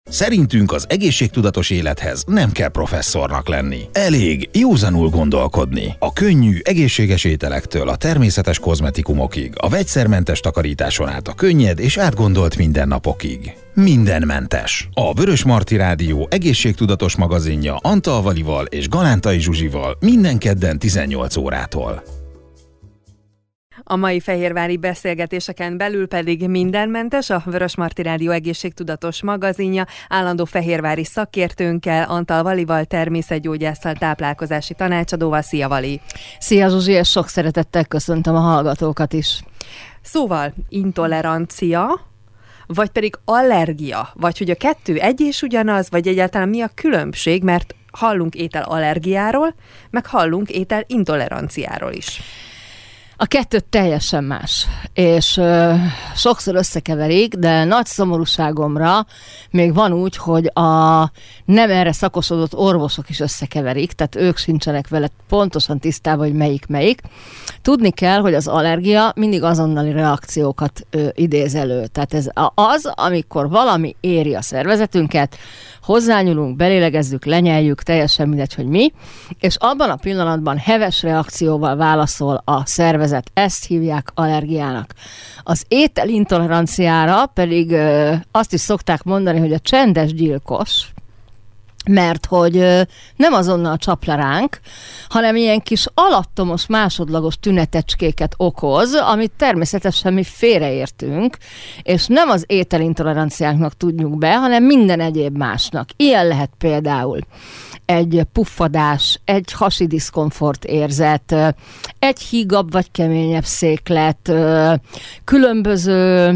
Szerintünk az egészségtudatos élethez nem kell professzornak lenni. Elég józanul gondolkodni. A könnyű, egészséges ételektől a természetes kozmetikumokig, a vegyszermentes takarításon át a könnyed és átgondolt mindennapokig. Mindenmentes. A Vörösmarty Rádió egészségtudatos magazinja Antal Valival és Galántai Zsuzsival minden kedden 18 órától. A mai fehérvári beszélgetéseken belül pedig mindenmentes, a Vörösmarty Rádió egészségtudatos magazinja állandó fehérvári szakértőnkkel, Antal Valival, természetgyógyásszal, táplálkozási tanácsadóval. Szia, Vali! Szia, Zsuzsi, és sok szeretettel köszöntöm a hallgatókat is. Szóval intolerancia, vagy pedig allergia, vagy hogy a kettő egy és ugyanaz, vagy egyáltalán mi a különbség, mert hallunk ételallergiáról, meg hallunk ételintoleranciáról is. A kettő teljesen más, és sokszor összekeverik, de nagy szomorúságomra még van úgy, hogy a nem erre szakosodott orvosok is összekeverik, tehát ők sincsenek vele pontosan tisztában, hogy melyik. Tudni kell, hogy az allergia mindig azonnali reakciókat idéz elő. Tehát ez az, amikor valami éri a szervezetünket, hozzányúlunk, belélegezzük, lenyeljük, teljesen mindegy, hogy mi, és abban a pillanatban heves reakcióval válaszol a szervezet. Ezt hívják allergiának. Az ételintoleranciára pedig azt is szokták mondani, hogy a csendes gyilkos, mert hogy nem azonnal csap le ránk, hanem ilyen kis alattomos, másodlagos tünetecskéket okoz, amit természetesen mi félreértünk, és nem az ételintoleranciánknak tudjuk be, hanem minden egyéb másnak. Ilyen lehet például egy puffadás, egy hasi diszkomfort érzet, egy hígabb vagy keményebb széklet, különböző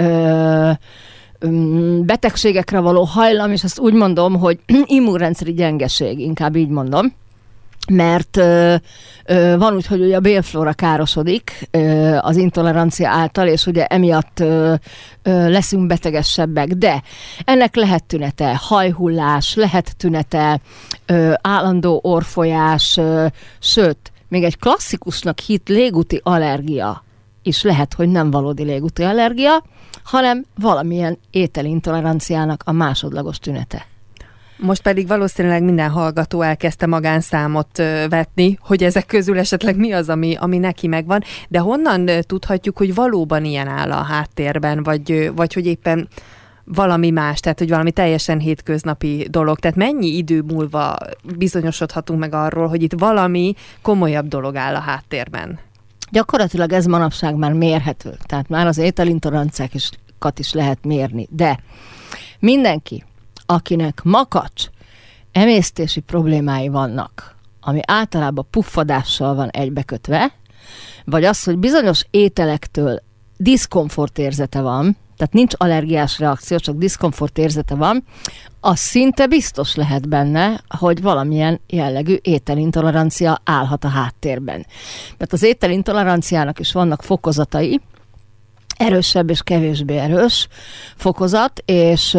betegségekre való hajlam, és azt úgy mondom, hogy immunrendszeri gyengeség, inkább így mondom, mert van úgy, hogy ugye a bélflóra károsodik az intolerancia által, és ugye emiatt leszünk betegesebbek, de ennek lehet tünete hajhullás, lehet tünete állandó orrfolyás, sőt, még egy klasszikusnak hitt légúti allergia is lehet, hogy nem valódi légúti allergia, hanem valamilyen ételintoleranciának a másodlagos tünete. Most pedig valószínűleg minden hallgató elkezdte magánszámot vetni, hogy ezek közül esetleg mi az, ami neki megvan, de honnan tudhatjuk, hogy valóban ilyen áll a háttérben, vagy hogy éppen valami más, tehát hogy valami teljesen hétköznapi dolog. Tehát mennyi idő múlva bizonyosodhatunk meg arról, hogy itt valami komolyabb dolog áll a háttérben? Gyakorlatilag ez manapság már mérhető, tehát már az ételintoleranciákat is lehet mérni, de mindenki, akinek makacs, emésztési problémái vannak, ami általában puffadással van egybekötve, vagy az, hogy bizonyos ételektől diszkomfort érzete van, tehát nincs allergiás reakció, csak diszkomfort érzete van, az szinte biztos lehet benne, hogy valamilyen jellegű ételintolerancia állhat a háttérben. Mert az ételintoleranciának is vannak fokozatai, erősebb és kevésbé erős fokozat, és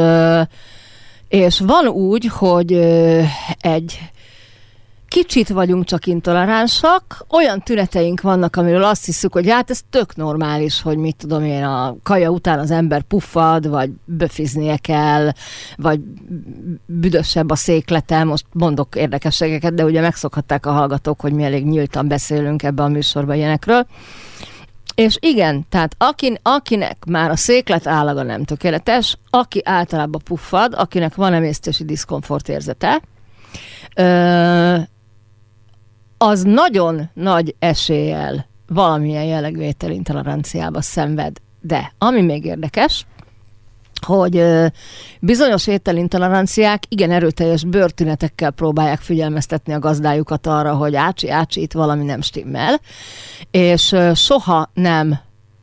van úgy, hogy egy kicsit vagyunk csak intoleránsak, olyan tüneteink vannak, amiről azt hiszük, hogy hát ez tök normális, hogy mit tudom én, a kaja után az ember puffad, vagy böfiznie kell, vagy büdösebb a széklete, most mondok érdekességeket, de ugye megszokhatták a hallgatók, hogy mi elég nyíltan beszélünk ebben a műsorban ilyenekről. És igen, tehát akinek már a széklet állaga nem tökéletes, aki általában puffad, akinek van emésztési diszkomfort érzete, az nagyon nagy eséllyel valamilyen jellegű ételintoleranciába szenved. De ami még érdekes, hogy bizonyos ételintoleranciák igen erőteljes bőrtünetekkel próbálják figyelmeztetni a gazdájukat arra, hogy ácsi, itt valami nem stimmel, és soha nem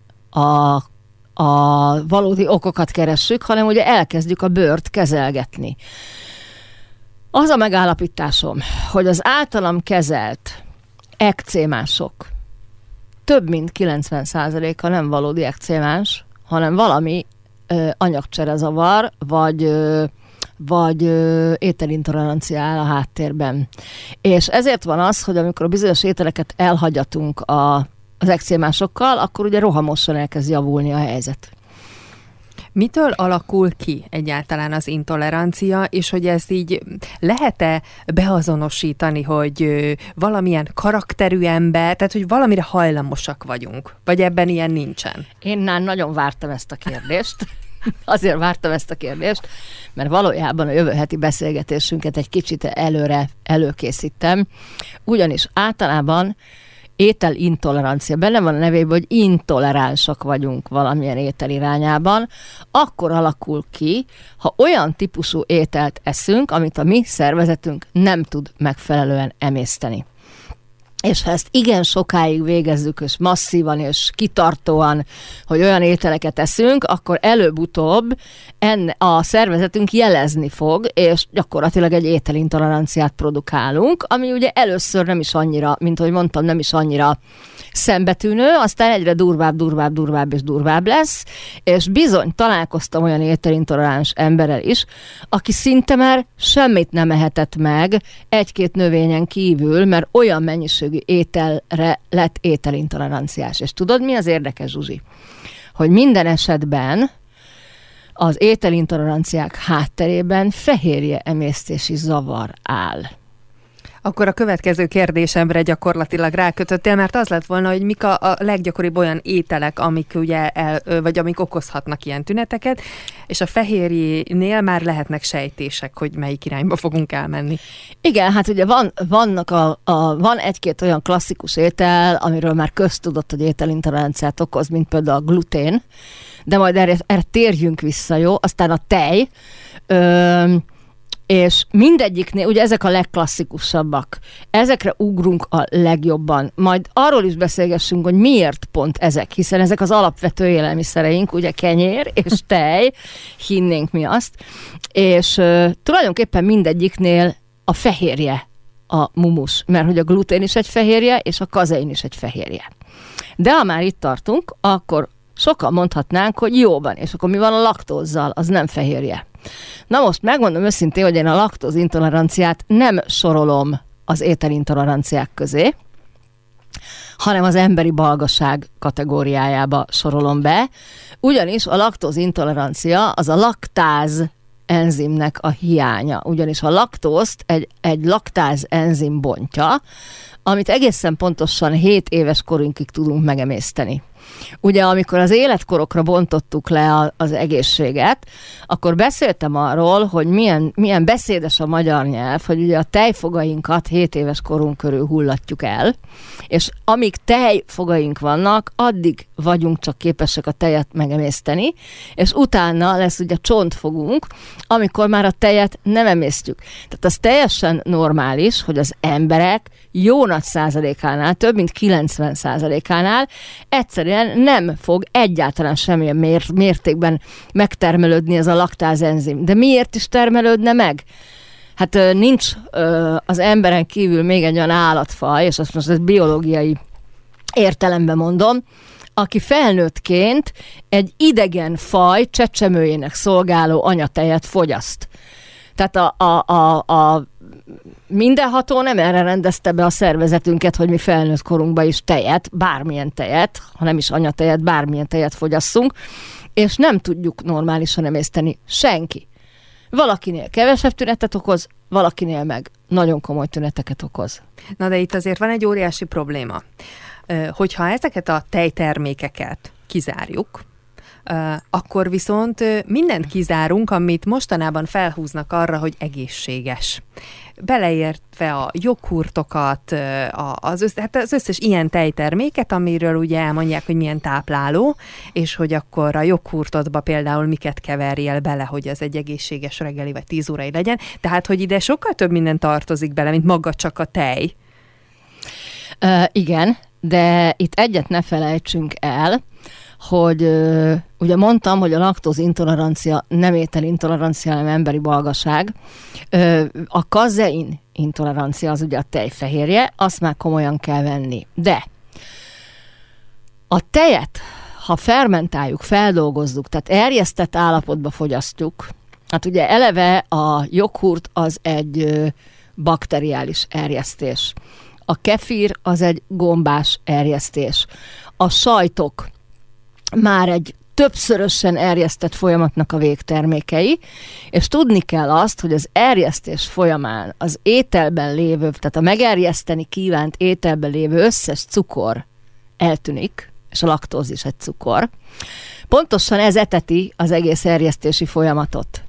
a valódi okokat keressük, hanem ugye elkezdjük a bőrt kezelgetni. Az a megállapításom, hogy az általam kezelt ekcémások több mint 90%-a nem valódi ekcémás, hanem valami anyagcserezavar, vagy ételintolerancia áll a háttérben. És ezért van az, hogy amikor a bizonyos ételeket elhagyatunk az ekcémásokkal, akkor ugye rohamosan elkezd javulni a helyzet. Mitől alakul ki egyáltalán az intolerancia, és hogy ezt így lehet-e beazonosítani, hogy valamilyen karakterű ember, tehát hogy valamire hajlamosak vagyunk, vagy ebben ilyen nincsen? Én már nagyon vártam ezt a kérdést. Azért vártam ezt a kérdést, mert valójában a jövő heti beszélgetésünket egy kicsit előkészítem, ugyanis általában ételintolerancia, benne van a nevében, hogy intoleránsak vagyunk valamilyen étel irányában, akkor alakul ki, ha olyan típusú ételt eszünk, amit a mi szervezetünk nem tud megfelelően emészteni. És ha ezt igen sokáig végezzük, és masszívan, és kitartóan, hogy olyan ételeket eszünk, akkor előbb-utóbb a szervezetünk jelezni fog, és gyakorlatilag egy ételintoleranciát produkálunk, ami ugye először nem is annyira, mint ahogy mondtam, nem is annyira szembetűnő, aztán egyre durvább és durvább lesz, és bizony találkoztam olyan ételintoleráns emberrel is, aki szinte már semmit nem ehetett meg egy-két növényen kívül, mert olyan mennyiségű ételre lett ételintoleranciás. És tudod, mi az érdekes, Zsuzsi? Hogy minden esetben az ételintoleranciák hátterében fehérje emésztési zavar áll. Akkor a következő kérdésemre gyakorlatilag rákötöttél, mert az lett volna, hogy mik a leggyakoribb olyan ételek, amik ugye vagy amik okozhatnak ilyen tüneteket, és a fehérjénél már lehetnek sejtések, hogy melyik irányba fogunk elmenni. Igen, hát ugye van egy-két olyan klasszikus étel, amiről már köztudott, hogy ételintoleranciát okoz, mint például a glutén, de majd erre térjünk vissza, jó? Aztán a tej, és mindegyiknél, ugye ezek a legklasszikusabbak, ezekre ugrunk a legjobban. Majd arról is beszélgessünk, hogy miért pont ezek, hiszen ezek az alapvető élelmiszereink, ugye kenyér és tej, hinnénk mi azt, és tulajdonképpen mindegyiknél a fehérje a mumus, mert hogy a glutén is egy fehérje, és a kazein is egy fehérje. De ha már itt tartunk, akkor sokan mondhatnánk, hogy jóban, és akkor mi van a laktózzal, az nem fehérje. Na most megmondom őszintén, hogy én a laktózintoleranciát nem sorolom az ételintoleranciák közé, hanem az emberi balgaság kategóriájába sorolom be, ugyanis a laktózintolerancia az a laktáz enzimnek a hiánya, ugyanis a laktózt egy laktáz enzim bontja, amit egészen pontosan 7 éves korunkig tudunk megemészteni. Ugye, amikor az életkorokra bontottuk le az egészséget, akkor beszéltem arról, hogy milyen beszédes a magyar nyelv, hogy ugye a tejfogainkat 7 éves korunk körül hullatjuk el, és amíg tejfogaink vannak, addig vagyunk csak képesek a tejet megemészteni, és utána lesz ugye csontfogunk, amikor már a tejet nem emésztjük. Tehát az teljesen normális, hogy az emberek jó nagy százalékánál, több mint 90%-ánál egyszerűen nem fog egyáltalán semmilyen mértékben megtermelődni ez a laktázenzim. De miért is termelődne meg? Hát nincs az emberen kívül még egy olyan állatfaj, és azt most biológiai értelemben mondom, aki felnőttként egy idegen faj csecsemőjének szolgáló anyatejet fogyaszt. Tehát a mindenható nem erre rendezte be a szervezetünket, hogy mi felnőtt korunkban is tejet, bármilyen tejet, ha nem is anyatejet, bármilyen tejet fogyasszunk, és nem tudjuk normálisan emészteni senki. Valakinél kevesebb tünetet okoz, valakinél meg nagyon komoly tüneteket okoz. Na de itt azért van egy óriási probléma. Hogyha ezeket a tejtermékeket kizárjuk, akkor viszont mindent kizárunk, amit mostanában felhúznak arra, hogy egészséges. Beleértve a joghurtokat, az összes ilyen tejterméket, amiről ugye elmondják, hogy milyen tápláló, és hogy akkor a joghurtodba például miket keverjél bele, hogy az egy egészséges reggeli vagy 10 órai legyen. Tehát, hogy ide sokkal több minden tartozik bele, mint maga csak a tej. Igen, de itt egyet ne felejtsünk el, hogy ugye mondtam, hogy a laktózintolerancia nem ételintolerancia, hanem emberi balgaság. A kazein intolerancia, az ugye a tejfehérje, azt már komolyan kell venni. De a tejet, ha fermentáljuk, feldolgozzuk, tehát erjesztett állapotba fogyasztjuk, hát ugye eleve a joghurt az egy bakteriális erjesztés. A kefir az egy gombás erjesztés. A sajtok már egy többszörösen erjesztett folyamatnak a végtermékei, és tudni kell azt, hogy az erjesztés folyamán az ételben lévő, tehát a megerjeszteni kívánt ételben lévő összes cukor eltűnik, és a laktóz is egy cukor. Pontosan ez eteti az egész erjesztési folyamatot.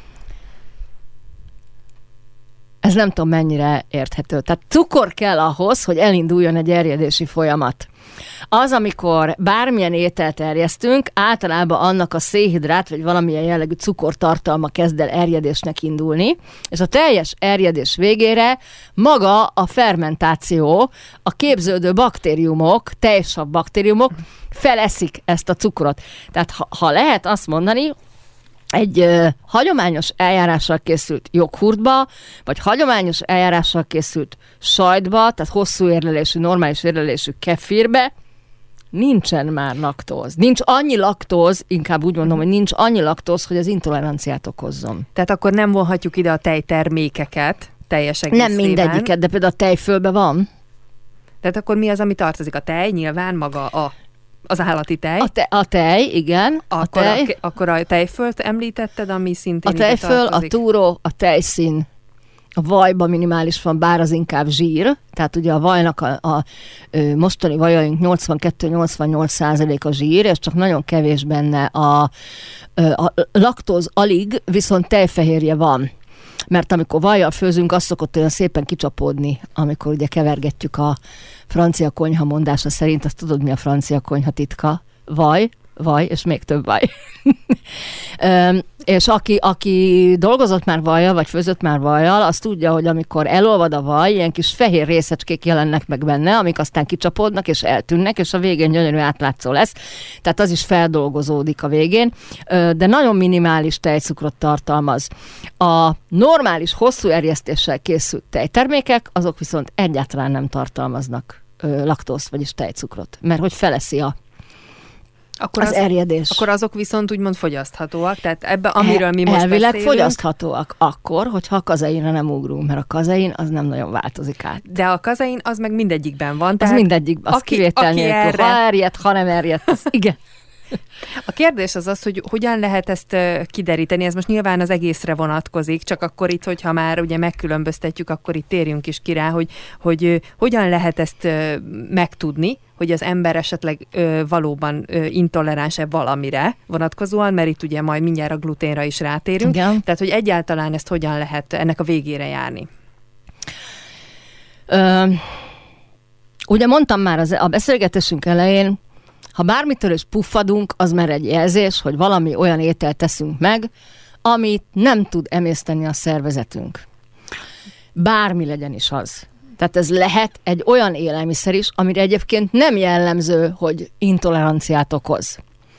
Ez nem tudom mennyire érthető. Tehát cukor kell ahhoz, hogy elinduljon egy erjedési folyamat. Az, amikor bármilyen ételt erjesztünk, általában annak a szénhidrát, vagy valamilyen jellegű cukortartalma kezd el erjedésnek indulni, és a teljes erjedés végére maga a fermentáció, a képződő baktériumok, tejsav baktériumok feleszik ezt a cukrot. Tehát ha lehet azt mondani, egy hagyományos eljárással készült joghurtba, vagy hagyományos eljárással készült sajtba, tehát hosszú érlelésű, normális érlelésű kefirbe nincsen már laktóz. Nincs annyi laktóz, inkább úgy mondom, hogy nincs annyi laktóz, hogy az intoleranciát okozzon. Tehát akkor nem vonhatjuk ide a tejtermékeket teljes egészében. Nem mindegyiket, de például a tejfölben van. Tehát akkor mi az, ami tartozik? A tej, nyilván maga az állati tej. A tej, igen. Akkor a tejfölt említetted, ami szintén a tejföl, a túró, a tejszín, a vajban minimális van, bár az inkább zsír, tehát ugye a vajnak a mostani vajaink 82-88% a zsír, és csak nagyon kevés benne a laktóz alig, viszont tejfehérje van. Mert amikor vajjal főzünk, az szokott olyan szépen kicsapódni, amikor ugye kevergetjük a francia konyha mondása szerint, azt tudod, mi a francia konyha titka? Vaj, és még több vaj. És aki dolgozott már vajjal, vagy főzött már vajjal, az tudja, hogy amikor elolvad a vaj, ilyen kis fehér részecskék jelennek meg benne, amik aztán kicsapódnak, és eltűnnek, és a végén gyönyörű átlátszó lesz. Tehát az is feldolgozódik a végén, de nagyon minimális tejcukrot tartalmaz. A normális, hosszú erjesztéssel készült tejtermékek, azok viszont egyáltalán nem laktózt, vagyis tejcukrot, mert hogy feleszi az erjedés. Akkor azok viszont úgymond fogyaszthatóak, tehát ebben, amiről mi most elvileg beszélünk. Fogyaszthatóak akkor, hogyha a kazeinre nem ugrunk, mert a kazein az nem nagyon változik át. De a kazein az meg mindegyikben van. Az mindegyikben, az kivétel nélkül. Ha erjedt, ha nem erjedt, igen. A kérdés az, hogy hogyan lehet ezt kideríteni, ez most nyilván az egészre vonatkozik, csak akkor itt, hogyha már ugye megkülönböztetjük, akkor itt térjünk is ki rá, hogy hogyan lehet ezt megtudni, hogy az ember esetleg valóban intoleráns-e valamire vonatkozóan, mert itt ugye majd mindjárt a gluténra is rátérünk. Igen. Tehát, hogy egyáltalán ezt hogyan lehet ennek a végére járni? Ugye mondtam már a beszélgetésünk elején, ha bármitől is puffadunk, az már egy jelzés, hogy valami olyan ételt teszünk meg, amit nem tud emészteni a szervezetünk. Bármi legyen is az. Tehát ez lehet egy olyan élelmiszer is, amire egyébként nem jellemző, hogy intoleranciát okoz.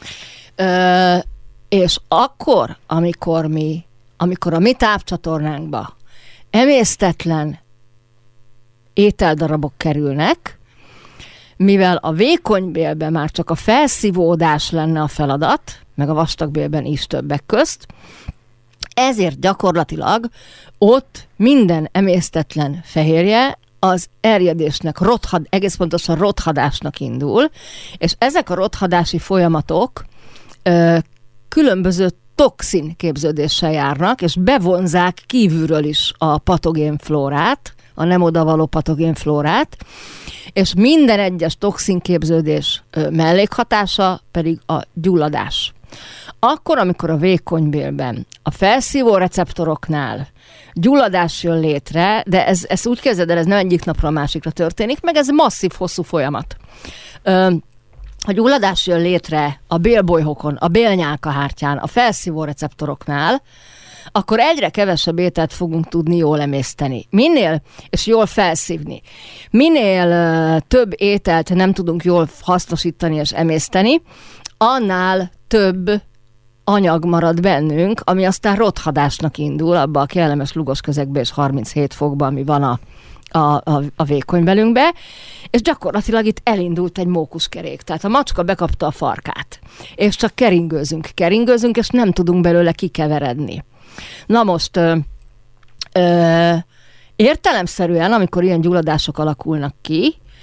És akkor, amikor a mi tápcsatornánkba emésztetlen ételdarabok kerülnek, mivel a vékonybélben már csak a felszívódás lenne a feladat, meg a vastagbélben is többek közt, ezért gyakorlatilag ott minden emésztetlen fehérje az erjedésnek, egész pontosan rothadásnak indul, és ezek a rothadási folyamatok különböző toxin képződéssel járnak, és bevonzák kívülről is a patogén flórát, a nem odavaló patogén flórát, és minden egyes toxinképződés mellékhatása pedig a gyulladás. Akkor, amikor a vékonybélben, a felszívó receptoroknál gyulladás jön létre, de ez úgy kezded el, ez nem egyik napra a másikra történik, meg ez masszív, hosszú folyamat. A gyulladás jön létre a bélbolyhokon, a bélnyálkahártyán, a felszívó receptoroknál, akkor egyre kevesebb ételt fogunk tudni jól emészteni. És jól felszívni. Minél több ételt nem tudunk jól hasznosítani és emészteni, annál több anyag marad bennünk, ami aztán rothadásnak indul, abba a kellemes lugos közegbe és 37 fokban, ami van a vékonybelünkbe, és gyakorlatilag itt elindult egy mókuskerék. Tehát a macska bekapta a farkát, és csak keringőzünk, és nem tudunk belőle kikeveredni. Na most értelemszerűen, amikor ilyen gyulladások alakulnak ki,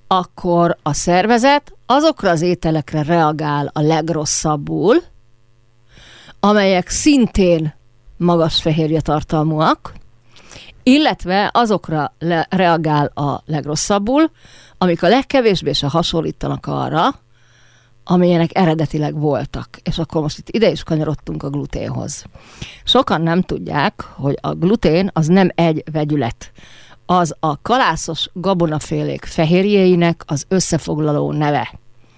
akkor a szervezet azokra az ételekre reagál a legrosszabbul, amelyek szintén magas fehérje tartalmúak, illetve azokra reagál a legrosszabbul, amik a legkevésbé se hasonlítanak arra, amilyenek eredetileg voltak. És akkor most itt ide is kanyarodtunk a gluténhoz. Sokan nem tudják, hogy a glutén az nem egy vegyület. Az a kalászos gabonafélék fehérjéinek az összefoglaló neve.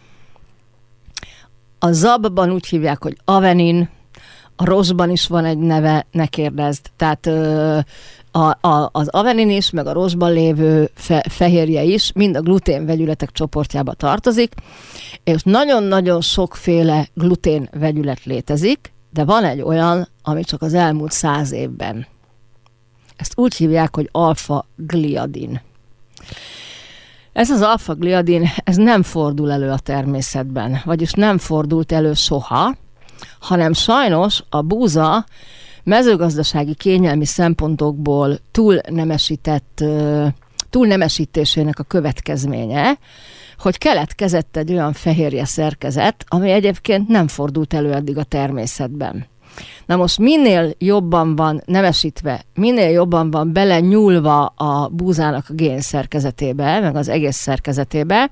A zabban úgy hívják, hogy avenin, a rosban is van egy neve, ne kérdezd. Tehát az avenin is, meg a rosban lévő fehérje is mind a glutén vegyületek csoportjába tartozik, és nagyon-nagyon sokféle glutén vegyület létezik, de van egy olyan, ami csak az elmúlt 100 évben. Ezt úgy hívják, hogy alfa-gliadin. Ez az alfa-gliadin, ez nem fordul elő a természetben, vagyis nem fordult elő soha, hanem sajnos a búza mezőgazdasági kényelmi szempontokból túlnemesítésének a következménye, hogy keletkezett egy olyan fehérje szerkezet, ami egyébként nem fordult elő eddig a természetben. Na most minél jobban van nemesítve, minél jobban van belenyúlva a búzának a génszerkezetébe, meg az egész szerkezetébe,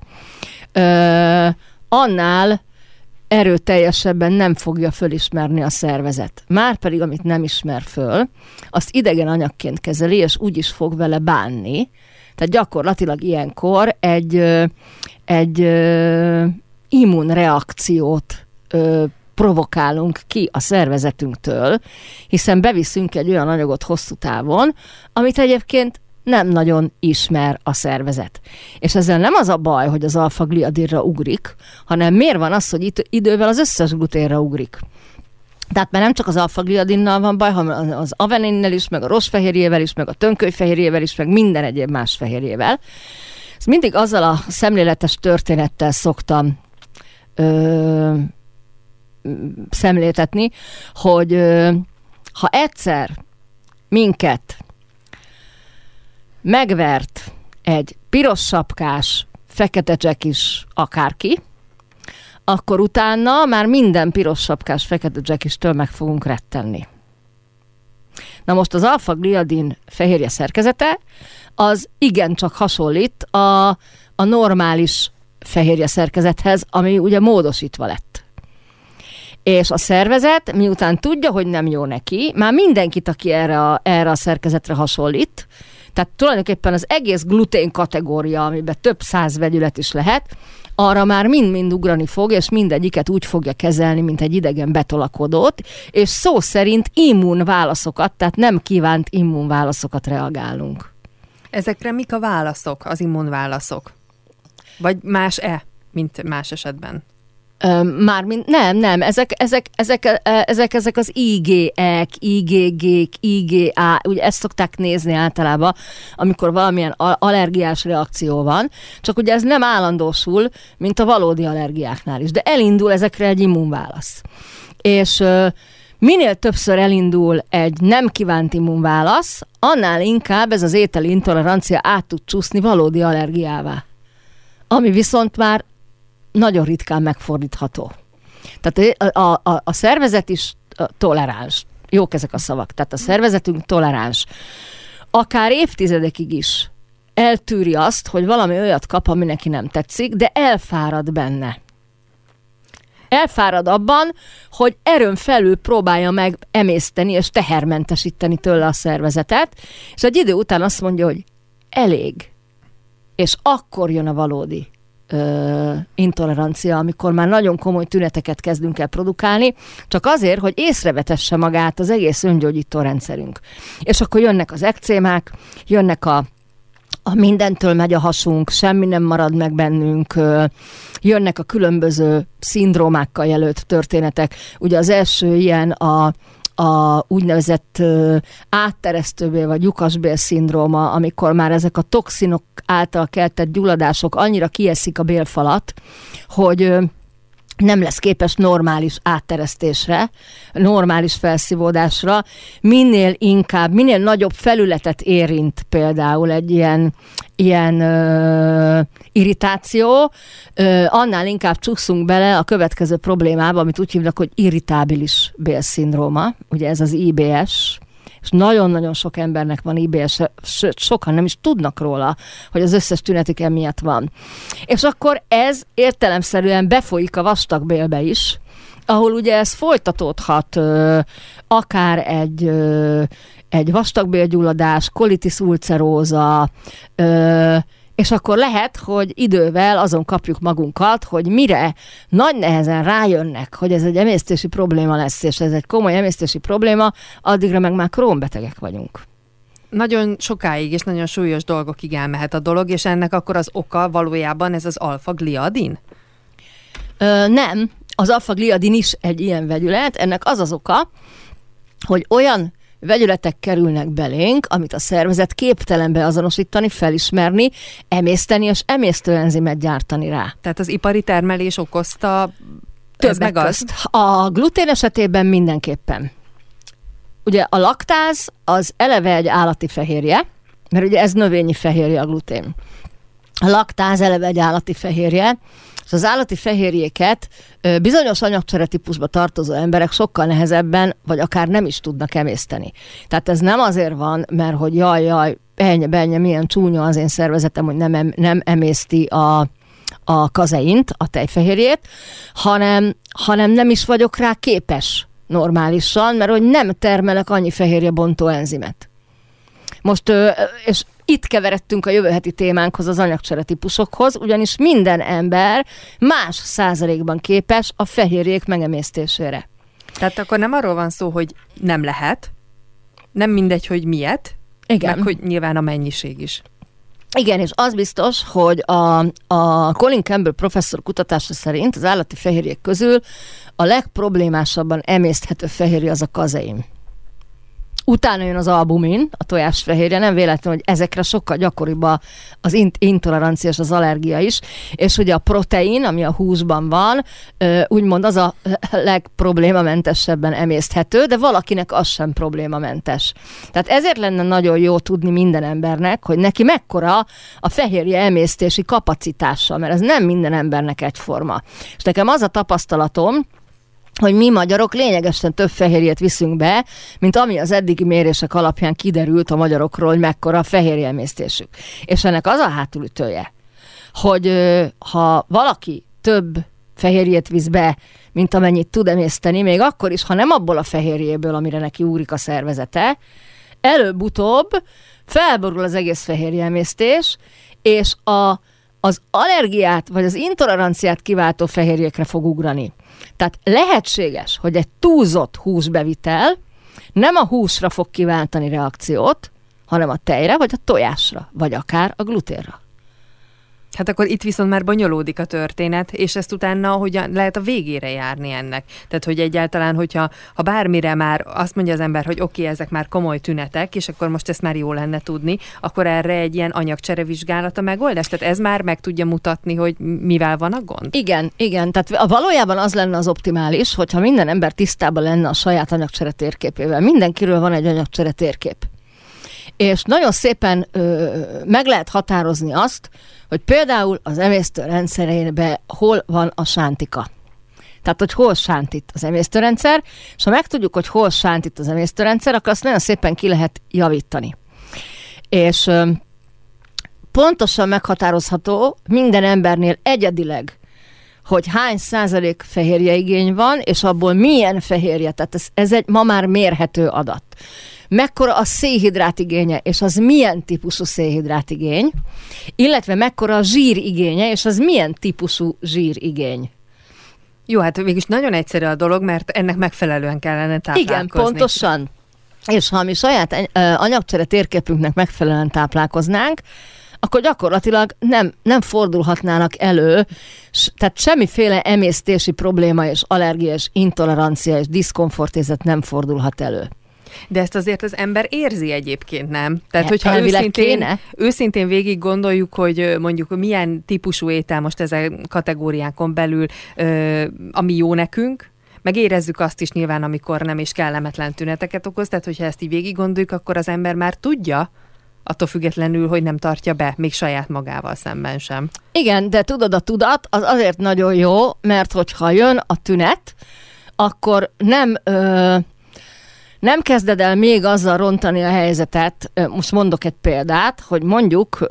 annál erőteljesebben nem fogja fölismerni a szervezet. Márpedig, amit nem ismer föl, azt idegen anyagként kezeli, és úgy is fog vele bánni. Tehát gyakorlatilag ilyenkor egy immunreakciót provokálunk ki a szervezetünktől, hiszen beviszünk egy olyan anyagot hosszú távon, amit egyébként nem nagyon ismer a szervezet. És ezzel nem az a baj, hogy az alfa-gliadinra ugrik, hanem miért van az, hogy idővel az összes gluténra ugrik. Tehát már nem csak az alfa-gliadinnal van baj, hanem az aveninnel is, meg a rostfehérjével is, meg a tönkölyfehérjével is, meg minden egyéb más fehérjével. Ezt mindig azzal a szemléletes történettel szoktam szemléltetni, hogy ha egyszer minket megvert egy piros sapkás, fekete jackis akárki, akkor utána már minden piros sapkás, fekete jackistől meg fogunk rettenni. Na most az alfa-gliadin fehérje szerkezete az igencsak hasonlít a normális fehérje szerkezethez, ami ugye módosítva lett. És a szervezet, miután tudja, hogy nem jó neki, már mindenkit, aki erre a szerkezetre hasonlít, tehát tulajdonképpen az egész glutén kategória, amiben több 100 vegyület is lehet, arra már mind-mind ugrani fog, és mindegyiket úgy fogja kezelni, mint egy idegen betolakodót, és szó szerint immunválaszokat, tehát nem kívánt immunválaszokat reagálunk. Ezekre mik a válaszok, az immunválaszok? Vagy más-e, mint más esetben? Nem, ezek az IgE-k, IgG-k, IgA, ugye ezt szokták nézni általában, amikor valamilyen allergiás reakció van, csak ugye ez nem állandósul, mint a valódi allergiáknál is, de elindul ezekre egy immunválasz. És minél többször elindul egy nem kívánt immunválasz, annál inkább ez az ételi intolerancia át tud csúszni valódi allergiává. Ami viszont már nagyon ritkán megfordítható. Tehát a szervezet is toleráns. Jók ezek a szavak. Tehát a szervezetünk toleráns. Akár évtizedekig is eltűri azt, hogy valami olyat kap, ami neki nem tetszik, de elfárad benne. Elfárad abban, hogy erőn felül próbálja meg emészteni és tehermentesíteni tőle a szervezetet, és egy idő után azt mondja, hogy elég. És akkor jön a valódi intolerancia, amikor már nagyon komoly tüneteket kezdünk el produkálni, csak azért, hogy észrevetesse magát az egész öngyógyító rendszerünk. És akkor jönnek az ekcémák, jönnek a mindentől megy a hasunk, semmi nem marad meg bennünk, jönnek a különböző szindrómákkal jelölt történetek. Ugye az első ilyen a úgynevezett átteresztőbél vagy lyukasbél-szindróma, amikor már ezek a toxinok által keltett gyulladások annyira kieszik a bélfalat, hogy nem lesz képes normális átteresztésre, normális felszívódásra, minél nagyobb felületet érint például egy ilyen irritáció, annál inkább csúszunk bele a következő problémába, amit úgy hívnak, hogy irritábilis bélszindróma, ugye ez az IBS, és nagyon-nagyon sok embernek van IBS, sőt, sokan nem is tudnak róla, hogy az összes tünetük emiatt van. És akkor ez értelemszerűen befolyik a vastagbélbe is, ahol ugye ez folytatódhat akár egy vastagbélgyulladás, colitis ulceróza, és akkor lehet, hogy idővel azon kapjuk magunkat, hogy mire nagy nehezen rájönnek, hogy ez egy emésztési probléma lesz, és ez egy komoly emésztési probléma, addigra meg már Crohn-betegek vagyunk. Nagyon sokáig és nagyon súlyos dolgokig elmehet a dolog, és ennek akkor az oka valójában ez az alfa-gliadin? Nem, az alfa-gliadin is egy ilyen vegyület, ennek az az oka, hogy olyan vegyületek kerülnek belénk, amit a szervezet képtelen beazonosítani, felismerni, emészteni és emésztőenzimet gyártani rá. Tehát az ipari termelés okozta többek közt. A glutén esetében mindenképpen. Ugye a laktáz az eleve egy állati fehérje, mert ugye ez növényi fehérje a glutén. A laktáz eleve egy állati fehérje, és az állati fehérjéket bizonyos anyagcsere típusba tartozó emberek sokkal nehezebben, vagy akár nem is tudnak emészteni. Tehát ez nem azért van, mert hogy jaj, ennyi, milyen csúnya az én szervezetem, hogy nem emészti a kazeint, a tejfehérjét, hanem nem is vagyok rá képes normálisan, mert hogy nem termelek annyi fehérjebontó enzimet. Most, és itt keveredtünk a jövő heti témánkhoz, az anyagcsere típusokhoz, ugyanis minden ember más százalékban képes a fehérjék megemésztésére. Tehát akkor nem arról van szó, hogy nem lehet, nem mindegy, hogy miért, igen, meg hogy nyilván a mennyiség is. Igen, és az biztos, hogy a Colin Campbell professzor kutatása szerint az állati fehérjék közül a legproblémásabban emészthető fehérje az a kazein. Utána jön az albumin, a tojásfehérje, nem véletlen, hogy ezekre sokkal gyakoribb az intolerancia és az allergia is, és ugye a protein, ami a húsban van, úgymond az a legproblémamentesebben emészthető, de valakinek az sem problémamentes. Tehát ezért lenne nagyon jó tudni minden embernek, hogy neki mekkora a fehérje emésztési kapacitása, mert ez nem minden embernek egyforma. És nekem az a tapasztalatom, hogy mi magyarok lényegesen több fehérjét viszünk be, mint ami az eddigi mérések alapján kiderült a magyarokról, hogy mekkora a fehérje emésztésük. És ennek az a hátulütője, hogy ha valaki több fehérjét visz be, mint amennyit tud emészteni, még akkor is, ha nem abból a fehérjéből, amire neki úrik a szervezete, előbb-utóbb felborul az egész fehérje emésztés, és az allergiát, vagy az intoleranciát kiváltó fehérjékre fog ugrani. Tehát lehetséges, hogy egy túlzott húsbevitel nem a húsra fog kiváltani reakciót, hanem a tejre, vagy a tojásra, vagy akár a gluténra. Hát akkor itt viszont már bonyolódik a történet, és ezt utána hogyan lehet a végére járni ennek. Tehát, hogy egyáltalán, hogyha bármire már azt mondja az ember, hogy oké, ezek már komoly tünetek, és akkor most ezt már jó lenne tudni, akkor erre egy ilyen anyagcserevizsgálata megoldás? Tehát ez már meg tudja mutatni, hogy mivel van a gond? Igen. Tehát valójában az lenne az optimális, hogyha minden ember tisztában lenne a saját anyagcsere térképével. Mindenkiről van egy anyagcsere térkép. És nagyon szépen meg lehet határozni azt, hogy például az emésztőrendszerében hol van a sántika. Tehát, hogy hol sántít az emésztőrendszer, és ha megtudjuk, hogy hol sántít az emésztőrendszer, akkor azt nagyon szépen ki lehet javítani. És pontosan meghatározható minden embernél egyedileg, hogy hány százalék fehérjeigény van, és abból milyen fehérje, tehát ez egy ma már mérhető adat. Mekkora a szénhidrát igénye, és az milyen típusú szénhidrát igény, illetve mekkora a zsír igénye, és az milyen típusú zsír igény. Jó, hát végülis nagyon egyszerű a dolog, mert ennek megfelelően kellene táplálkozni. Igen, pontosan. És ha mi saját anyagcsere térképünknek megfelelően táplálkoznánk, akkor gyakorlatilag nem fordulhatnának elő, tehát semmiféle emésztési probléma és allergia és intolerancia és diszkomfortérzet nem fordulhat elő. De ezt azért az ember érzi egyébként, nem? Tehát, hogyha őszintén végig gondoljuk, hogy mondjuk milyen típusú étel most ezen kategóriákon belül, ami jó nekünk, meg érezzük azt is nyilván, amikor nem is kellemetlen tüneteket okoz, tehát hogyha ezt így végig gondoljuk, akkor az ember már tudja, attól függetlenül, hogy nem tartja be, még saját magával szemben sem. Igen, de tudod, a tudat az azért nagyon jó, mert hogyha jön a tünet, akkor nem kezded el még azzal rontani a helyzetet. Most mondok egy példát, hogy mondjuk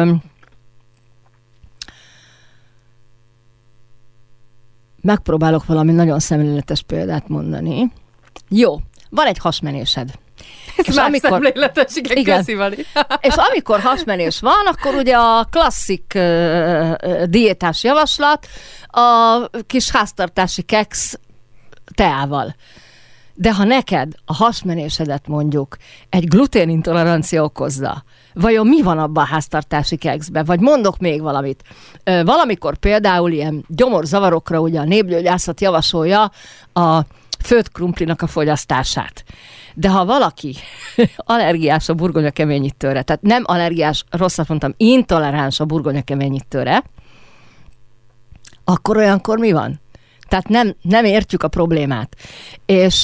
megpróbálok valami nagyon szemléletes példát mondani. Jó, van egy hasmenésed. Ez már szemléletes, igen, köszi, Vali. És amikor hasmenés van, akkor ugye a klasszik diétás javaslat a kis háztartási keksz teával. De ha neked a hasmenésedet mondjuk egy gluténintolerancia okozza, vajon mi van abban a háztartási kekszben? Vagy mondok még valamit. Valamikor például ilyen gyomorzavarokra ugye a népgyógyászat javasolja a főtt krumplinak a fogyasztását. De ha valaki allergiás a burgonya keményítőre, tehát nem allergiás, rosszat mondtam, intoleráns a burgonya keményítőre, akkor olyankor mi van? Tehát nem értjük a problémát. És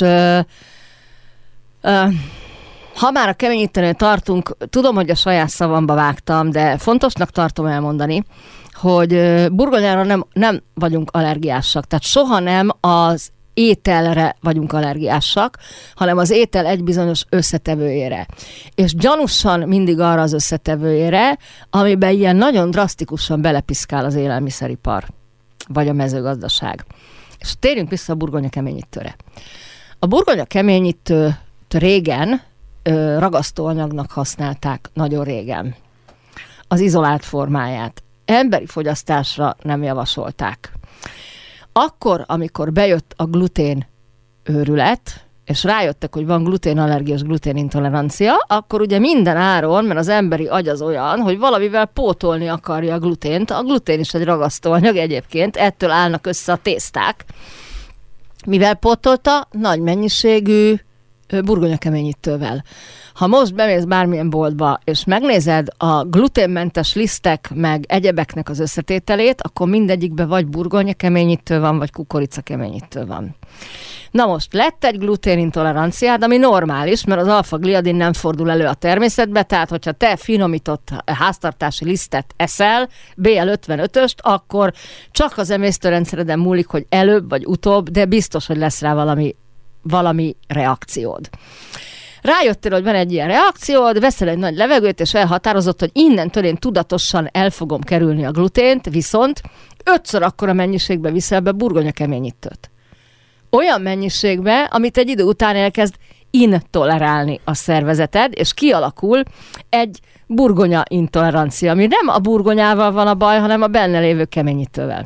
ha már a keményítőnél tartunk, tudom, hogy a saját szavamba vágtam, de fontosnak tartom elmondani, hogy burgonyára nem vagyunk allergiásak. Tehát soha nem az ételre vagyunk allergiásak, hanem az étel egy bizonyos összetevőjére. És gyanúsan mindig arra az összetevőjére, amiben ilyen nagyon drasztikusan belepiszkál az élelmiszeripar, vagy a mezőgazdaság. És térjünk vissza a burgonya keményítőre. A burgonya keményítőt régen ragasztóanyagnak használták, nagyon régen. Az izolált formáját. Emberi fogyasztásra nem javasolták. Akkor, amikor bejött a glutén őrület, és rájöttek, hogy van gluténallergia és gluténintolerancia, akkor ugye minden áron, mert az emberi agy az olyan, hogy valamivel pótolni akarja a glutént. A glutén is egy ragasztóanyag egyébként, ettől állnak össze a tészták. Mivel pótolta? Nagy mennyiségű burgonyakeményítővel. Ha most bemész bármilyen boltba, és megnézed a gluténmentes lisztek meg egyebeknek az összetételét, akkor mindegyikben vagy burgonyakeményítő van, vagy kukoricakeményítő van. Na most lett egy gluténintoleranciád, ami normális, mert az alfa-gliadin nem fordul elő a természetbe, tehát hogyha te finomított háztartási lisztet eszel, BL55-öst, akkor csak az emésztőrendszereden múlik, hogy előbb vagy utóbb, de biztos, hogy lesz rá valami reakciód. Rájöttél, hogy van egy ilyen reakciód, veszel egy nagy levegőt, és elhatározott, hogy innentől én tudatosan el fogom kerülni a glutént, viszont 5-ször akkora mennyiségbe viszel be burgonyakeményítőt. Olyan mennyiségbe, amit egy idő után elkezd intolerálni a szervezeted, és kialakul egy burgonya intolerancia, ami nem a burgonyával van a baj, hanem a benne lévő keményítővel.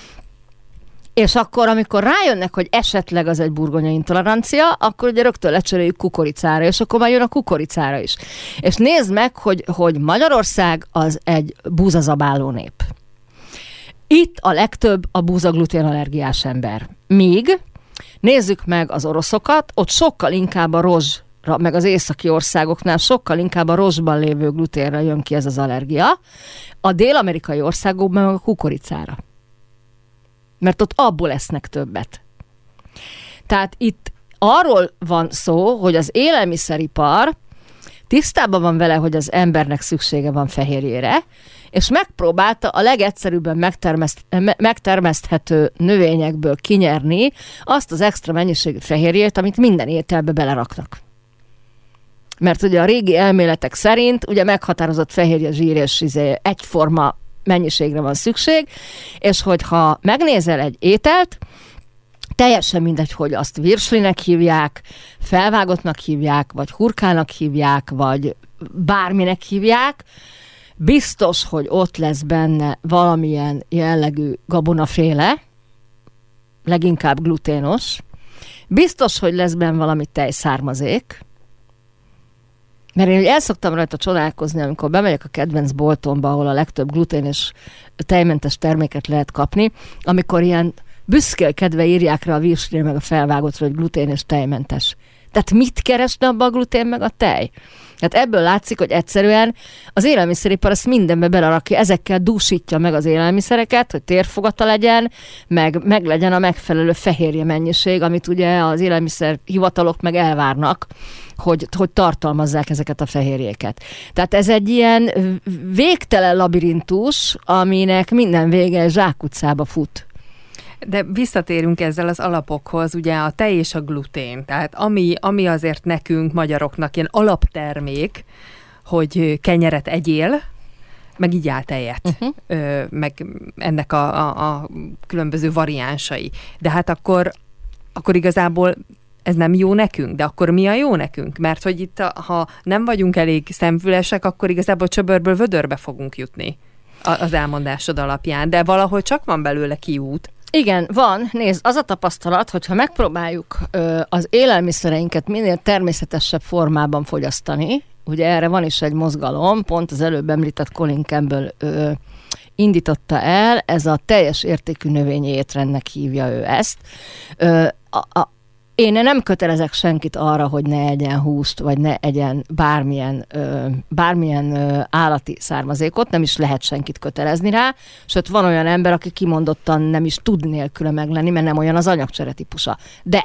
És akkor, amikor rájönnek, hogy esetleg az egy burgonya intolerancia, akkor ugye rögtön lecseréljük kukoricára, és akkor már jön a kukoricára is. És nézd meg, hogy Magyarország az egy búzazabáló nép. Itt a legtöbb a búzagluténallergiás ember. Míg nézzük meg az oroszokat, ott sokkal inkább a rozsra, meg az északi országoknál sokkal inkább a rozsban lévő gluténre jön ki ez az allergia. A dél-amerikai országokban meg a kukoricára. Mert ott abból esznek többet. Tehát itt arról van szó, hogy az élelmiszeripar tisztában van vele, hogy az embernek szüksége van fehérjére, és megpróbálta a legegyszerűbben megtermeszthető növényekből kinyerni azt az extra mennyiségű fehérjét, amit minden ételbe beleraknak. Mert ugye a régi elméletek szerint ugye meghatározott fehérje, zsír és egyforma mennyiségre van szükség, és hogyha megnézel egy ételt, teljesen mindegy, hogy azt virslinek hívják, felvágottnak hívják, vagy hurkának hívják, vagy bárminek hívják, biztos, hogy ott lesz benne valamilyen jellegű gabonaféle, leginkább gluténos, biztos, hogy lesz benne valami tejszármazék, mert én el szoktam rajta csodálkozni, amikor bemegyek a kedvenc boltomba, ahol a legtöbb glutén és tejmentes terméket lehet kapni, amikor ilyen büszkélkedve írják rá a virslire meg a felvágottra, hogy glutén és tejmentes. Tehát mit keresne abba a glutén meg a tej? Tehát ebből látszik, hogy egyszerűen az élelmiszeripar ezt mindenbe belerakja, ezekkel dúsítja meg az élelmiszereket, hogy térfogata legyen, meg legyen a megfelelő fehérje mennyiség, amit ugye az élelmiszer hivatalok meg elvárnak, hogy tartalmazzák ezeket a fehérjéket. Tehát ez egy ilyen végtelen labirintus, aminek minden vége zsákutcába fut. De visszatérünk ezzel az alapokhoz, ugye a tej és a glutén, tehát ami azért nekünk, magyaroknak ilyen alaptermék, hogy kenyeret egyél, meg így tejet, meg ennek a különböző variánsai. De hát akkor igazából ez nem jó nekünk, de akkor mi a jó nekünk? Mert hogy itt, ha nem vagyunk elég szemfülesek, akkor igazából csöbörből vödörbe fogunk jutni az elmondásod alapján, de valahol csak van belőle kiút. Igen, van. Nézd, az a tapasztalat, hogyha megpróbáljuk az élelmiszereinket minél természetesebb formában fogyasztani, ugye erre van is egy mozgalom, pont az előbb említett Colin Campbell indította el, ez a teljes értékű növényi étrendnek hívja ő ezt. Én nem kötelezek senkit arra, hogy ne egyen húst, vagy ne egyen bármilyen állati származékot, nem is lehet senkit kötelezni rá, sőt van olyan ember, aki kimondottan nem is tud nélküle meglenni, mert nem olyan az anyagcsere típusa. De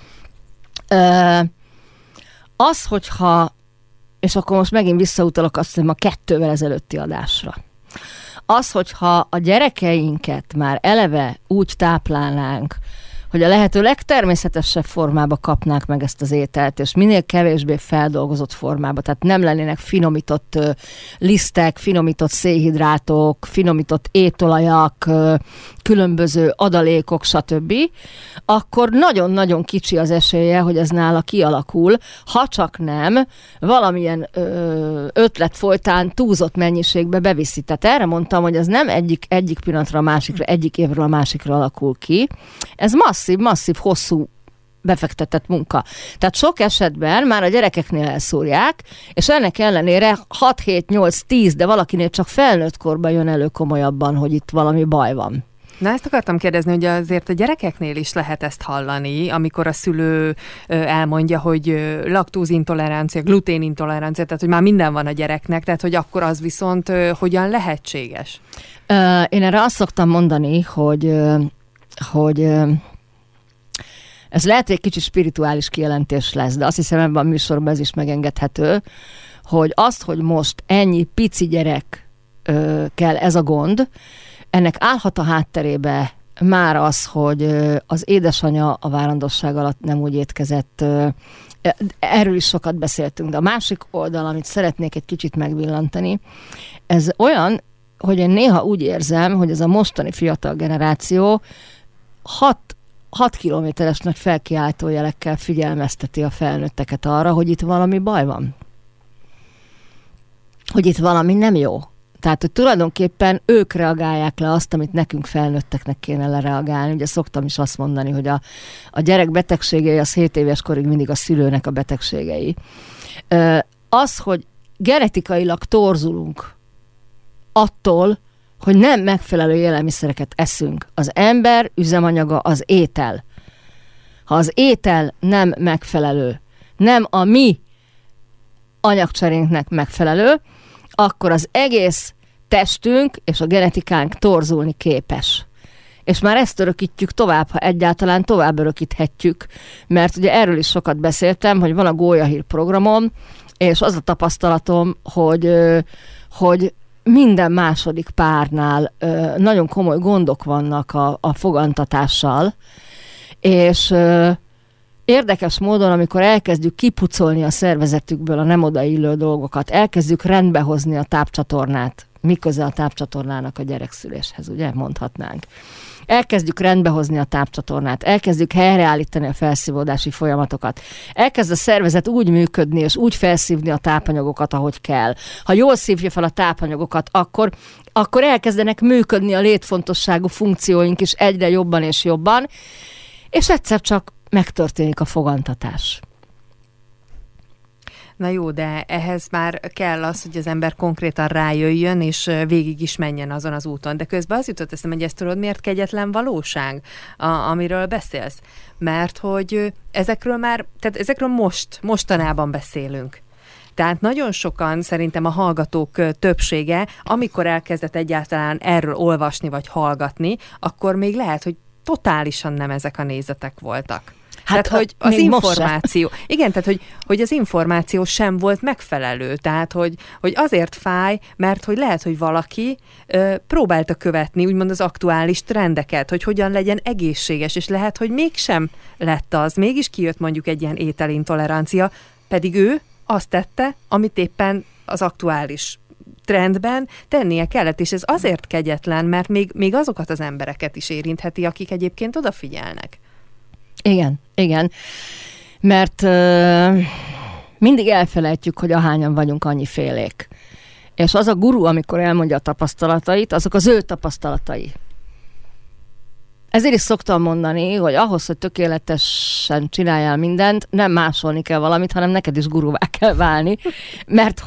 az, hogyha, és akkor most megint visszautalok azt hiszem a 2-vel ezelőtti adásra, az, hogyha a gyerekeinket már eleve úgy táplálnánk, hogy a lehető legtermészetesebb formába kapnák meg ezt az ételt, és minél kevésbé feldolgozott formába, tehát nem lennének finomított lisztek, finomított szénhidrátok, finomított étolajak, különböző adalékok, stb., akkor nagyon-nagyon kicsi az esélye, hogy ez nála kialakul, ha csak nem valamilyen ötlet folytán túlzott mennyiségbe beviszi. Tehát erre mondtam, hogy ez nem egyik pillanatra a másikra, egyik évről a másikra alakul ki. Ez masszív, hosszú befektetett munka. Tehát sok esetben már a gyerekeknél elszúrják, és ennek ellenére 6, 7, 8, 10, de valakinél csak felnőtt korban jön elő komolyabban, hogy itt valami baj van. Na, ezt akartam kérdezni, hogy azért a gyerekeknél is lehet ezt hallani, amikor a szülő elmondja, hogy laktózintolerancia, gluténintolerancia, tehát hogy már minden van a gyereknek, tehát hogy akkor az viszont hogyan lehetséges? Én erre azt szoktam mondani, hogy ez lehet egy kicsit spirituális kijelentés lesz, de azt hiszem ebben a műsorban ez is megengedhető, hogy azt, hogy most ennyi pici gyerek kell ez a gond, ennek állhat a hátterébe már az, hogy az édesanyja a várandosság alatt nem úgy étkezett. Erről is sokat beszéltünk, de a másik oldal, amit szeretnék egy kicsit megvillantani, ez olyan, hogy én néha úgy érzem, hogy ez a mostani fiatal generáció 6 kilométeres nagy felkiáltójelekkel figyelmezteti a felnőtteket arra, hogy itt valami baj van. Hogy itt valami nem jó. Tehát, hogy tulajdonképpen ők reagálják le azt, amit nekünk felnőtteknek kéne lereagálni. Ugye szoktam is azt mondani, hogy a gyerek betegségei az 7 éves korig mindig a szülőnek a betegségei. Az, hogy genetikailag torzulunk attól, hogy nem megfelelő élelmiszereket eszünk. Az ember üzemanyaga az étel. Ha az étel nem megfelelő, nem a mi anyagcserénknek megfelelő, akkor az egész testünk és a genetikánk torzulni képes. És már ezt örökítjük tovább, ha egyáltalán tovább örökíthetjük, mert ugye erről is sokat beszéltem, hogy van a Gólyahír programom, és az a tapasztalatom, hogy minden második párnál nagyon komoly gondok vannak a fogantatással, és érdekes módon, amikor elkezdjük kipucolni a szervezetükből a nem odaillő dolgokat, elkezdjük rendbehozni a tápcsatornát, mi köze a tápcsatornának a gyerekszüléshez, ugye, mondhatnánk. Elkezdjük rendbehozni a tápcsatornát, elkezdjük helyreállítani a felszívódási folyamatokat. Elkezd a szervezet úgy működni, és úgy felszívni a tápanyagokat, ahogy kell. Ha jól szívja fel a tápanyagokat, akkor elkezdenek működni a létfontosságú funkcióink is egyre jobban és jobban, és egyszer csak megtörténik a fogantatás. Na jó, de ehhez már kell az, hogy az ember konkrétan rájöjjön, és végig is menjen azon az úton. De közben az jutott eszembe, hogy ezt tudod, miért kegyetlen valóság, amiről beszélsz? Mert hogy ezekről mostanában beszélünk. Tehát nagyon sokan, szerintem a hallgatók többsége, amikor elkezdett egyáltalán erről olvasni vagy hallgatni, akkor még lehet, hogy totálisan nem ezek a nézetek voltak. Hát, tehát, hogy az információ, igen, tehát, hogy az információ sem volt megfelelő, tehát, hogy azért fáj, mert hogy lehet, hogy valaki próbálta követni, úgymond az aktuális trendeket, hogy hogyan legyen egészséges, és lehet, hogy mégsem lett az, mégis kijött mondjuk egy ilyen ételintolerancia, pedig ő azt tette, amit éppen az aktuális trendben tennie kellett, és ez azért kegyetlen, mert még azokat az embereket is érintheti, akik egyébként odafigyelnek. Igen. Mert mindig elfelejtjük, hogy ahányan vagyunk, annyi félék. És az a guru, amikor elmondja a tapasztalatait, azok az ő tapasztalatai. Ezért is szoktam mondani, hogy ahhoz, hogy tökéletesen csináljál mindent, nem másolni kell valamit, hanem neked is guruvá kell válni, mert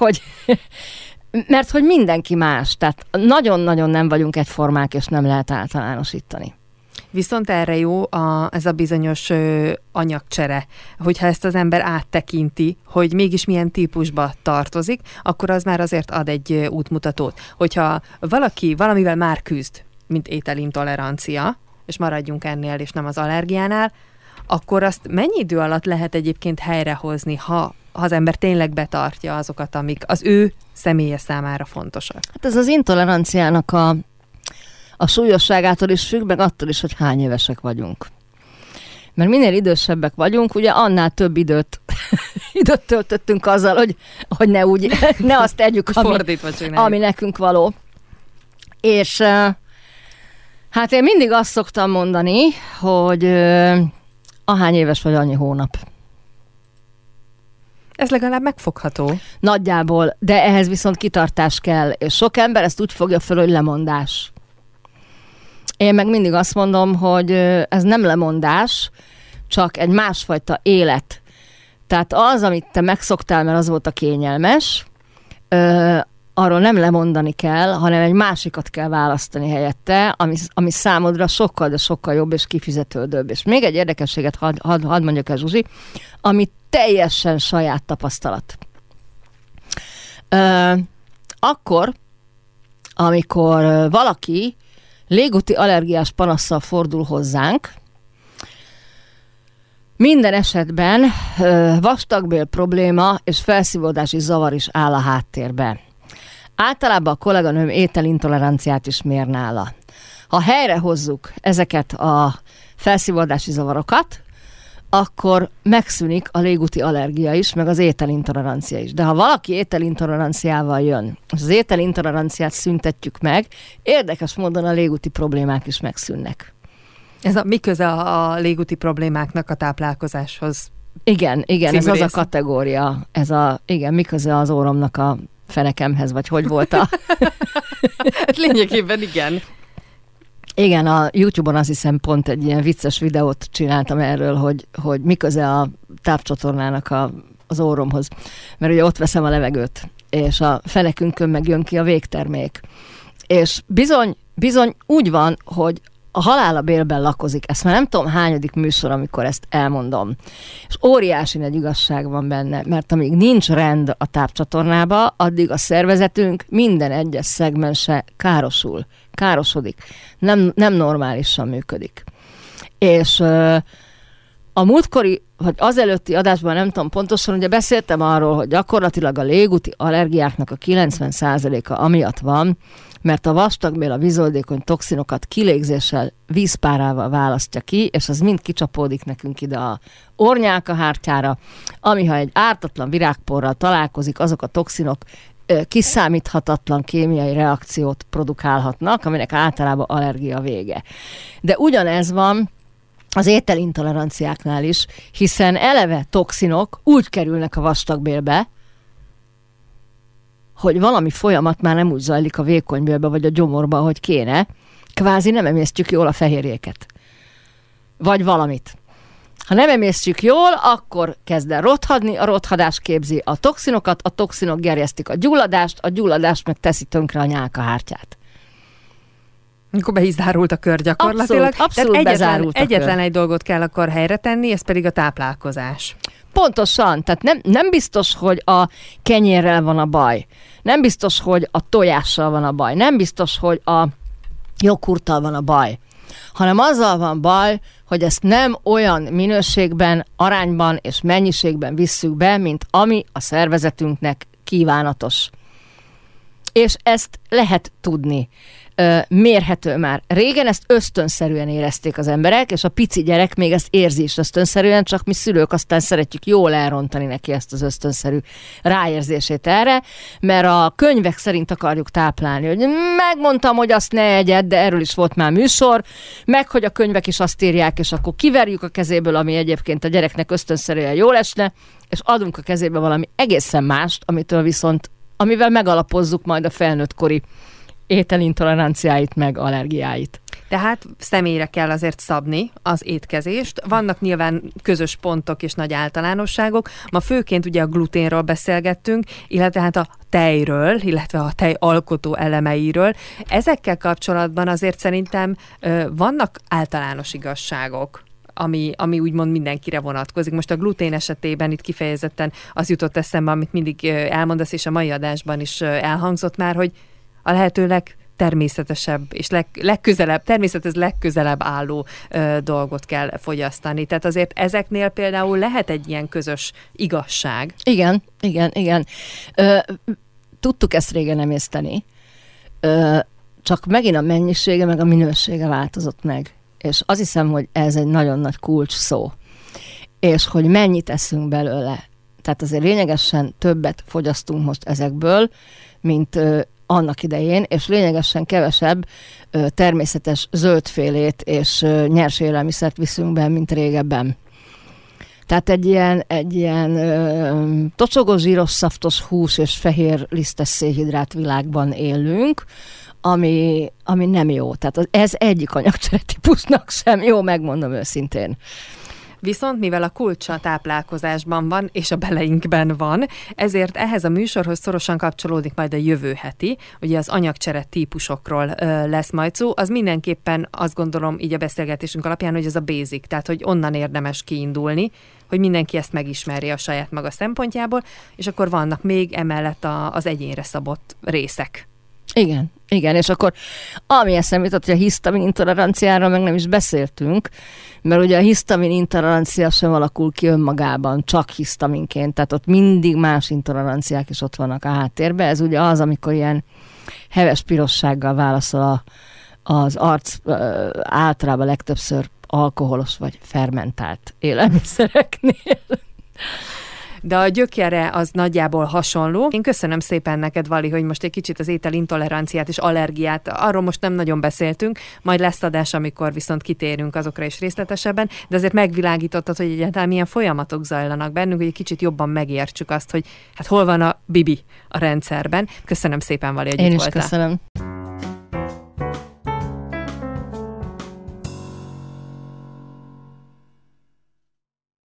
hogy mindenki más. Tehát nagyon-nagyon nem vagyunk egyformák, és nem lehet általánosítani. Viszont erre jó ez a bizonyos anyagcsere, hogyha ezt az ember áttekinti, hogy mégis milyen típusba tartozik, akkor az már azért ad egy útmutatót. Hogyha valaki valamivel már küzd, mint ételintolerancia, és maradjunk ennél, és nem az allergiánál, akkor azt mennyi idő alatt lehet egyébként helyrehozni, ha az ember tényleg betartja azokat, amik az ő személye számára fontosak? Hát ez az intoleranciának a súlyosságától is függ, meg attól is, hogy hány évesek vagyunk. Mert minél idősebbek vagyunk, ugye annál több időt töltöttünk azzal, hogy ne azt tegyük, ami nekünk való. És hát én mindig azt szoktam mondani, hogy ahány éves vagy, annyi hónap. Ez legalább megfogható. Nagyjából, de ehhez viszont kitartás kell, és sok ember ezt úgy fogja fel, hogy lemondás. Én meg mindig azt mondom, hogy ez nem lemondás, csak egy másfajta élet. Tehát az, amit te megszoktál, mert az volt a kényelmes, arról nem lemondani kell, hanem egy másikat kell választani helyette, ami számodra sokkal, de sokkal jobb és kifizetődőbb. És még egy érdekességet hadd mondjak el, Zsuzsi, ami teljesen saját tapasztalat. Akkor, amikor valaki légúti allergiás panasszal fordul hozzánk, minden esetben vastagbél probléma és felszívódási zavar is áll a háttérbe. Általában a kolléganőm ételintoleranciát is mér nála. Ha helyrehozzuk ezeket a felszívódási zavarokat, akkor megszűnik a légúti allergia is, meg az ételintolerancia is. De ha valaki ételintoleranciával jön, és az ételintoleranciát szüntetjük meg, érdekes módon a légúti problémák is megszűnnek. Mi köze a légúti problémáknak a táplálkozáshoz? Igen, ez az a kategória. Mi köze az óromnak a fenekemhez, vagy hogy volt a... Hát lényegében igen. Igen, a YouTube-on azt hiszem pont egy ilyen vicces videót csináltam erről, hogy mi köze a tápcsatornának az óromhoz. Mert ugye ott veszem a levegőt, és a fenekünkön meg jön ki a végtermék. És bizony úgy van, hogy a halál a bélben lakozik. Ezt már nem tudom hányadik műsor, amikor ezt elmondom. És óriási nagy igazság van benne, mert amíg nincs rend a tápcsatornába, addig a szervezetünk minden egyes szegmense károsodik. Nem normálisan működik. És a múltkori, vagy az előtti adásban nem tudom pontosan, ugye beszéltem arról, hogy gyakorlatilag a légúti allergiáknak a 90%-a amiatt van, mert a vastagbél a vízoldékony toxinokat kilégzéssel, vízpárával választja ki, és az mind kicsapódik nekünk ide a ornyálkahártyára, ami ha egy ártatlan virágporral találkozik, azok a toxinok kiszámíthatatlan kémiai reakciót produkálhatnak, aminek általában allergia vége. De ugyanez van az ételintoleranciáknál is, hiszen eleve toxinok úgy kerülnek a vastagbélbe, hogy valami folyamat már nem úgy zajlik a vékonybélbe vagy a gyomorba, ahogy kéne, kvázi nem emésztjük jól a fehérjéket. Vagy valamit. Ha nem emésztjük jól, akkor kezd el rothadni, a rothadás képzi a toxinokat, a toxinok gerjesztik a gyulladás meg teszi tönkre a nyálkahártyát. Akkor be is zárult a kör gyakorlatilag. Abszolút bezárult a kör. Egyetlen egy dolgot kell akkor helyre tenni, ez pedig a táplálkozás. Pontosan, tehát nem biztos, hogy a kenyérrel van a baj, nem biztos, hogy a tojással van a baj, nem biztos, hogy a joghurttal van a baj, hanem azzal van baj, hogy ezt nem olyan minőségben, arányban és mennyiségben visszük be, mint ami a szervezetünknek kívánatos. És ezt lehet tudni. Mérhető már. Régen ezt ösztönszerűen érezték az emberek, és a pici gyerek még ezt érzi is ösztönszerűen, csak mi szülők aztán szeretjük jól elrontani neki ezt az ösztönszerű ráérzését erre, mert a könyvek szerint akarjuk táplálni, hogy megmondtam, hogy azt ne egyed, de erről is volt már műsor, meg hogy a könyvek is azt írják, és akkor kiverjük a kezéből, ami egyébként a gyereknek ösztönszerűen jól esne, és adunk a kezébe valami egészen mást, amivel megalapozzuk majd a felnőttkori ételintoleranciáit, meg allergiáit. Tehát személyre kell azért szabni az étkezést. Vannak nyilván közös pontok és nagy általánosságok. Ma főként ugye a gluténról beszélgettünk, illetve hát a tejről, illetve a tej alkotó elemeiről. Ezekkel kapcsolatban azért szerintem vannak általános igazságok, ami úgymond mindenkire vonatkozik. Most a glutén esetében itt kifejezetten az jutott eszembe, amit mindig elmondasz, és a mai adásban is elhangzott már, hogy a lehető legtermészetesebb és természethez legközelebb álló dolgot kell fogyasztani. Tehát azért ezeknél például lehet egy ilyen közös igazság. Igen. Tudtuk ezt régen emészteni, csak megint a mennyisége meg a minősége változott meg. És azt hiszem, hogy ez egy nagyon nagy kulcs szó. És hogy mennyit eszünk belőle. Tehát azért lényegesen többet fogyasztunk most ezekből, mint annak idején, és lényegesen kevesebb természetes zöldfélét és nyers élelmiszert viszünk be, mint régebben. Tehát egy ilyen tocsogós, zsíros, szaftos hús és fehér lisztes szénhidrát világban élünk, ami nem jó. Tehát ez egyik anyagcsere típusnak sem jó, megmondom őszintén. Viszont mivel a kulcs a táplálkozásban van, és a beleinkben van, ezért ehhez a műsorhoz szorosan kapcsolódik majd a jövő heti, ugye az anyagcsere típusokról lesz majd szó, az mindenképpen azt gondolom így a beszélgetésünk alapján, hogy ez a basic, tehát hogy onnan érdemes kiindulni, hogy mindenki ezt megismerje a saját maga szempontjából, és akkor vannak még emellett az egyénre szabott részek. Igen, és akkor ami eszembe jutott, hogy a hisztamin intoleranciáról meg nem is beszéltünk, mert ugye a hisztamin intolerancia sem alakul ki önmagában, csak hisztaminként, tehát ott mindig más intoleranciák is ott vannak a háttérben. Ez ugye az, amikor ilyen heves pirossággal válaszol az arc általában legtöbbször alkoholos vagy fermentált élelmiszereknél. De a gyökere az nagyjából hasonló. Én köszönöm szépen neked, Vali, hogy most egy kicsit az ételintoleranciát és allergiát, arról most nem nagyon beszéltünk, majd lesz adás, amikor viszont kitérünk azokra is részletesebben, de azért megvilágítottad, hogy egyáltalán milyen folyamatok zajlanak bennünk, hogy egy kicsit jobban megértsük azt, hogy hát hol van a bibi a rendszerben. Köszönöm szépen, Vali, hogy itt voltál. Én is köszönöm.